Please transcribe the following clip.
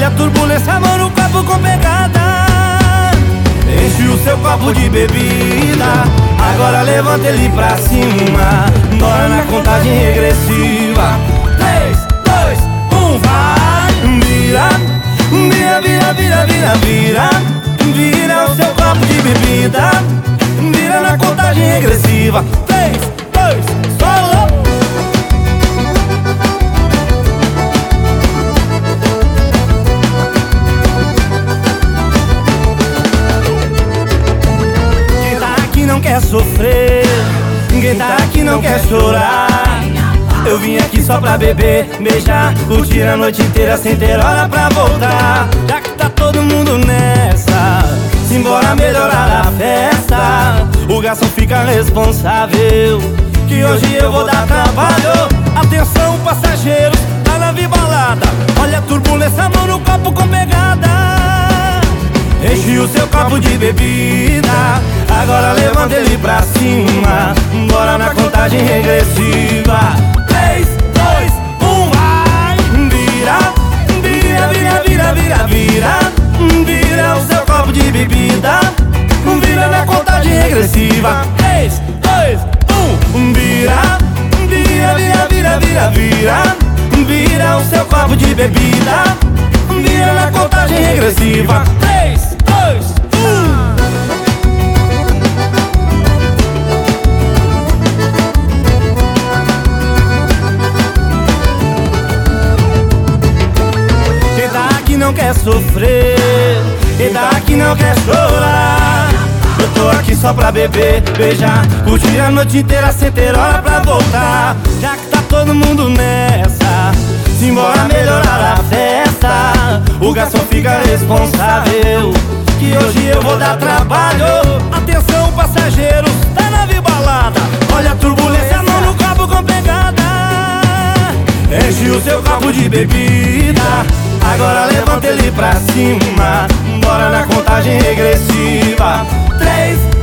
Olha a turbulência, mão no copo com pegada. Enche o seu copo de bebida. Agora levanta ele pra cima. Bora na contagem regressiva. 3, 2, 1, vai! Vira, vira, vira, vira, vira, vira. Vira o seu copo de bebida. Vira na contagem regressiva. 3, 2, solo. Quem tá aqui não quer sofrer. Quem tá aqui não quer chorar. Eu vim aqui só pra beber, beijar, curtir a noite inteira sem ter hora pra voltar. Já que tá todo mundo nessa, simbora melhorar a festa. O garçom fica responsável, que hoje eu vou dar trabalho. Atenção passageiros, tá na balada. Olha a turbulência, mão no copo com pegada. Enche o seu copo de bebida. Agora levanta ele pra cima. Bora na contagem regressiva. 3, 2, 1, vai! Vira, vira, vira, vira, vira, vira. Vira o seu copo de bebida. Vira na contagem regressiva. 3, 2, 1, vira, vira, vira, vira, vira, vira. Vira o seu copo de bebida. Vira na contagem regressiva. 3, 2, 1. Não quer sofrer, quem tá aqui não quer chorar. Eu tô aqui só pra beber, beijar, curtir a noite inteira sem ter hora pra voltar. Já que tá todo mundo nessa, simbora melhorar a festa. O garçom fica responsável, que hoje eu vou dar trabalho. Atenção passageiros, tá na balada. Olha a turbulência, mão no copo com pegada. Enche o seu copo de bebida. Agora levanta ele pra cima. Bora na contagem regressiva. 3,